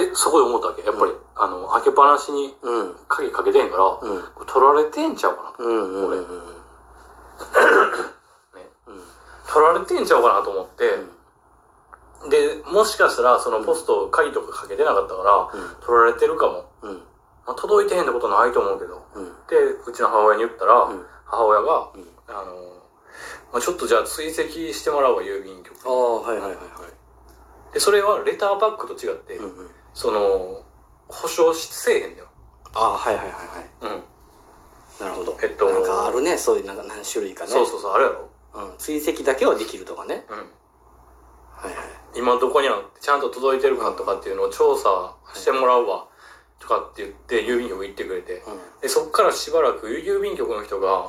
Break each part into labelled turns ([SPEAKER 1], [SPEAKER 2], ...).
[SPEAKER 1] で、そこで思ったわけ。やっぱり、開けっぱなしに鍵かけてへんから、取られてんちゃうかなと。俺。ね。取られてんちゃうかなと思って、で、もしかしたら、そのポスト、鍵とかかけてなかったから、取られてるかも。まあ、届いてへんってことないと思うけど。で、うちの母親に言ったら、母親が、まあ、ちょっとじゃあ追跡してもらうわ、郵便局。
[SPEAKER 2] ああ、はいはいはいはい。
[SPEAKER 1] で、それはレターパックと違って、その、保証せえへんだよ。
[SPEAKER 2] ああ、はいはいはいはい。なるほど。なんかあるね、そういうなんか何種類かね。
[SPEAKER 1] そうそうそう、あれやろ。
[SPEAKER 2] 追跡だけはできるとかね。はいはい。
[SPEAKER 1] 今どこにあって、ちゃんと届いてるかとかっていうのを調査してもらうわ、とかって言って、郵便局行ってくれて。で、そっからしばらく郵便局の人が、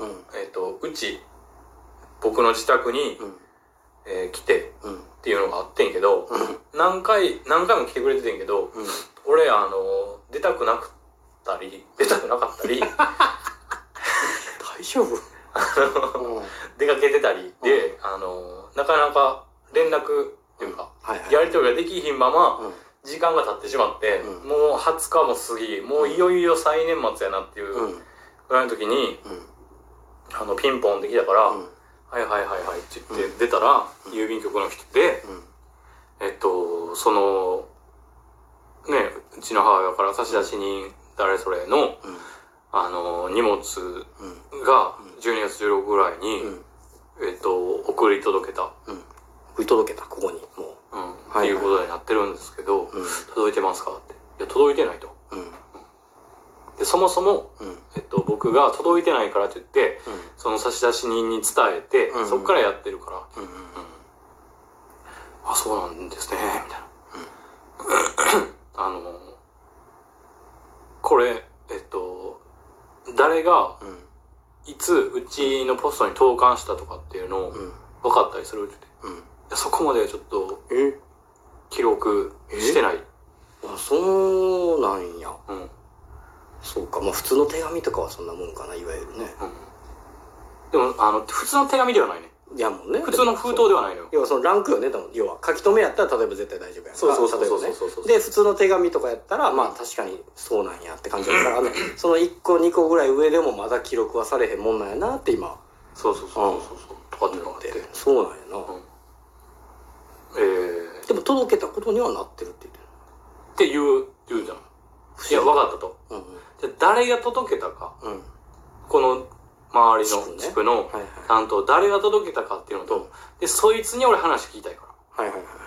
[SPEAKER 1] 僕の自宅に、来て、っていうのがあってんけど、何回も来てくれててんけど、俺、出たくなかったり、大丈夫出かけてたりで、なかなか連絡っていうか、やりとりができひんまま、時間が経ってしまって、もう20日も過ぎ、もういよいよ再年末やなっていうぐらいの時に、ピンポンできたから、はいはいはいはいって言って出たら、郵便局の人で、その、ね、うちの母親から差出人誰それの、荷物が12月16ぐらいに、送り届けた。
[SPEAKER 2] 送り届けた、ここに、もう。
[SPEAKER 1] っていうことになってるんですけど、届いてますかって。いや、届いてないと。で、そもそも、僕が届いてないからって言って、その差出人に伝えて、そっからやってるから、あ、そうなんですね、みたいな。これ、誰が、いつうちのポストに投函したとかっていうのを分かったりするって言って、いやそこまでちょっと記録してない。
[SPEAKER 2] あ、そうなんや。そうか、まあ普通の手紙とかはそんなもんかな、いわゆるね。
[SPEAKER 1] でも、普通の手紙ではないね。
[SPEAKER 2] いやもんね。
[SPEAKER 1] 普通の封筒ではないのよ。
[SPEAKER 2] 要はそのランクよね、要は書き留めやったら例えば絶対大丈夫やんか。
[SPEAKER 1] そう
[SPEAKER 2] で、普通の手紙とかやったら、まあ確かにそうなんやって感じだから、その1個2個ぐらい上でもまだ記録はされへんもんなんやなって今。
[SPEAKER 1] そう。とかっていうのがあって。
[SPEAKER 2] そうなんやな。でも届けたことにはなってるって
[SPEAKER 1] 言うじゃん。いや、分かったと。じゃあ誰が届けたか。この周りの地区の担当、誰が届けたかっていうのと、で、そいつに俺話聞きたいから。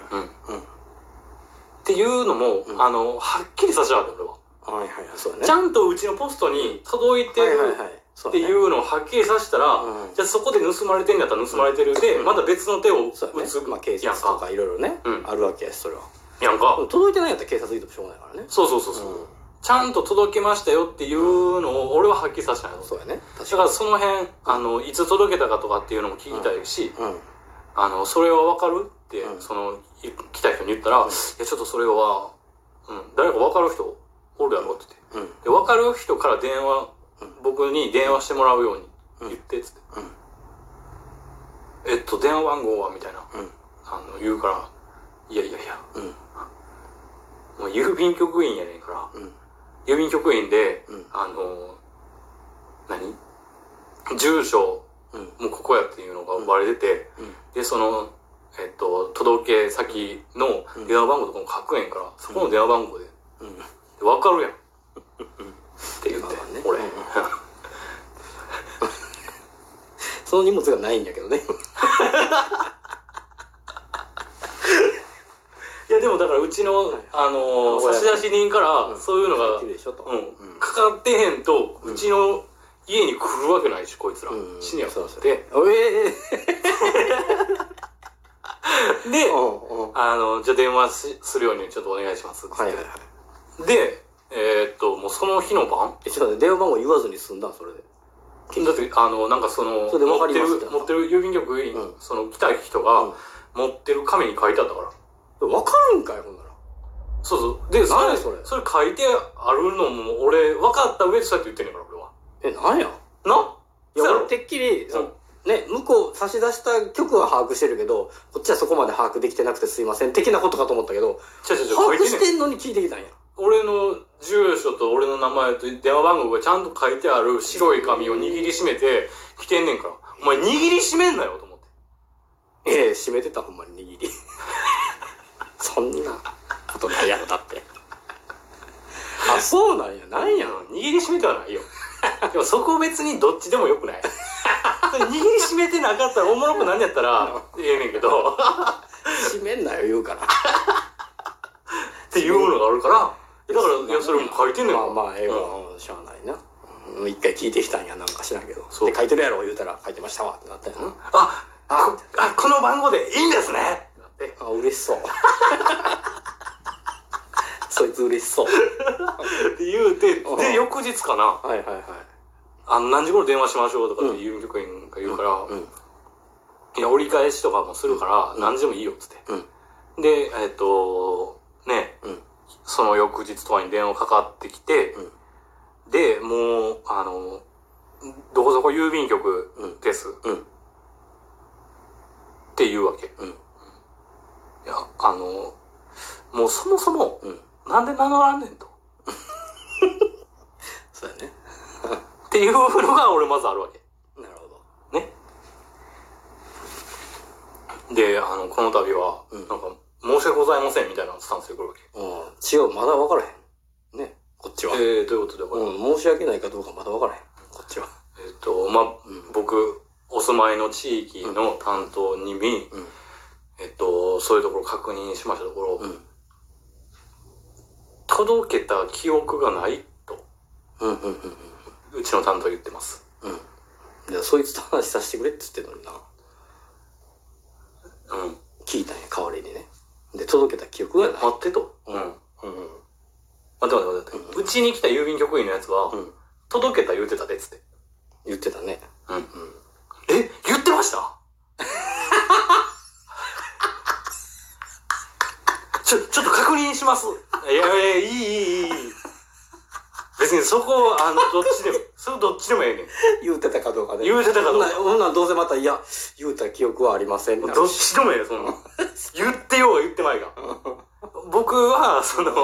[SPEAKER 1] っていうのも、はっきりさせちゃう俺は。
[SPEAKER 2] そうだね。
[SPEAKER 1] ちゃんとうちのポストに届いてるっていうのをはっきりさせたら、じゃあそこで盗まれてんだったら盗まれてるで、また別の手を打つ
[SPEAKER 2] まあ警察とかいろいろね、あるわけやし、それは。
[SPEAKER 1] やんか。
[SPEAKER 2] 届いてないやったら警察行ってもしょうがないからね。
[SPEAKER 1] そう。ちゃんと届けましたよっていうのを俺ははっきりさせたいの。
[SPEAKER 2] そうやね。
[SPEAKER 1] だからその辺、いつ届けたかとかっていうのも聞きたいし、それはわかるって、来た人に言ったら、いや、ちょっとそれは、誰かわかる人おるやろって言って。で、わかる人から僕に電話してもらうように言って、つって。電話番号はみたいな、言うから、いや、もう郵便局員やねんから、郵便局員で、住所、もうここやっていうのがバレてて、で、届け先の電話番号とかも書くねんから、そこの電話番号で、わかるやん。って言って、俺。
[SPEAKER 2] その荷物がないんだけどね。
[SPEAKER 1] いやでもだからうちの、差出人からそういうのが、かかってへんと、うちの家に来るわけないし、こいつら。死にやそうって。で、じゃあ電話するようにちょっとお願いしますって。で、もうその日の晩
[SPEAKER 2] ちょっと待って、電話番号言わずに済んだん、それで。
[SPEAKER 1] だって、なんか持ってる郵便局に、来た人が、持ってる紙に書いてあったから。
[SPEAKER 2] わかるんかい、ほんなら。
[SPEAKER 1] そう。で、それ書いてあるのも、俺、分かった上でそうやって言ってんねんから、俺は。
[SPEAKER 2] なんやいや、俺、てっきり、ね、向こう差し出した局は把握してるけど、こっちはそこまで把握できてなくてすいません、的なことかと思ったけど、把握してんのに聞いてきたんや。
[SPEAKER 1] 俺の住所と俺の名前と電話番号がちゃんと書いてある白い紙を握りしめて来てんねんから。お前握りしめんなよと思って。
[SPEAKER 2] 閉めてたほんまに握り。そんなことないやろ、だって。あ、そうなんや、なんや。
[SPEAKER 1] 握りしめてはないよ。でもそこ別にどっちでもよくない。握りしめてなかったらおもろくなんやったらええねんけど。
[SPEAKER 2] 閉めんなよ言うから。
[SPEAKER 1] っていうのがあるから、だから、いや、それも書いてんねん。
[SPEAKER 2] まあ、英語しゃあないな。一回聞いてきたんや、なんか知らんけど。で、書いてるやろ言うたら、書いてましたわってなったよな。
[SPEAKER 1] この番号でいいんですねって。
[SPEAKER 2] 嬉しそう。そいつ嬉しそう。
[SPEAKER 1] って言うて、で、翌日かな。
[SPEAKER 2] はいはいはい。
[SPEAKER 1] 何時頃電話しましょうとかって郵便局員が言うから、いや、折り返しとかもするから、何時でもいいよっつって。で、ね、その翌日とかに電話かかってきて、で、もう、どこそこ郵便局です。って言うわけ。いや、もうそもそも、なんで名乗らんねんと。
[SPEAKER 2] そうやね。
[SPEAKER 1] っていうのが俺まずあるわけ。
[SPEAKER 2] なるほど。
[SPEAKER 1] ね。で、この度は、なんか、申し訳ございませんみたいなスタンスで来るわけ。
[SPEAKER 2] 違う、まだ分からへん。ね、こっちは。
[SPEAKER 1] どういうことで
[SPEAKER 2] 申し訳ないかどうかまだ分からへん。こっちは。
[SPEAKER 1] 僕、お住まいの地域の担当にそういうところ確認しましたところ、届けた記憶がないと、うちの担当言ってます。
[SPEAKER 2] じゃあ、そいつと話させてくれって言ってんのにな。聞いたんや、代わりにね。で、届けた記憶がない。
[SPEAKER 1] 待ってと。待って。うちに来た郵便局員のやつは、届けた言うてたでっつって。
[SPEAKER 2] 言ってたね。
[SPEAKER 1] 言ってましたちょっと確認します。いや、いい。別にそこ、どっちでも、それどっちでもええねん。
[SPEAKER 2] 言うてたかどうかね。
[SPEAKER 1] 言うてたかどうか。
[SPEAKER 2] ほんならどうせまた、いや、言うた記憶はありません。
[SPEAKER 1] どっちでもええよ、そんな。言ってようが言ってまいが。僕は、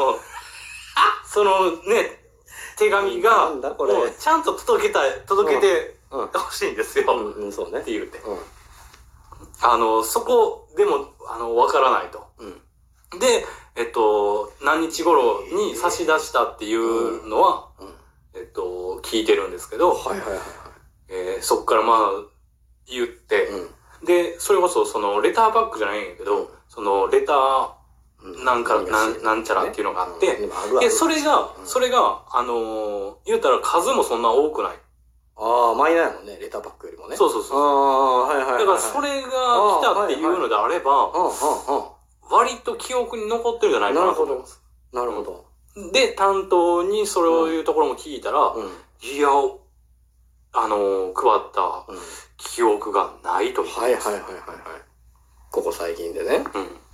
[SPEAKER 1] ね、手紙が、ちゃんと届けてほしいんですよ。
[SPEAKER 2] そうね。
[SPEAKER 1] って言うて。そこでも、わからないと。で、何日頃に差し出したっていうのは、聞いてるんですけど、そっからまあ、言って、で、それこそ、レターパックじゃないんやけど、レター、なんちゃらっていうのがあって、で、それが、言うたら数もそんな多くない。
[SPEAKER 2] マイナーやもんね、レターパックよりもね。
[SPEAKER 1] そう。だからそれが来たっていうのであれば、割と記憶に残ってるんじゃないかなと思います。
[SPEAKER 2] なるほど。
[SPEAKER 1] で、担当にそういうところも聞いたら、いや、配った記憶がないと。
[SPEAKER 2] ここ最近でね。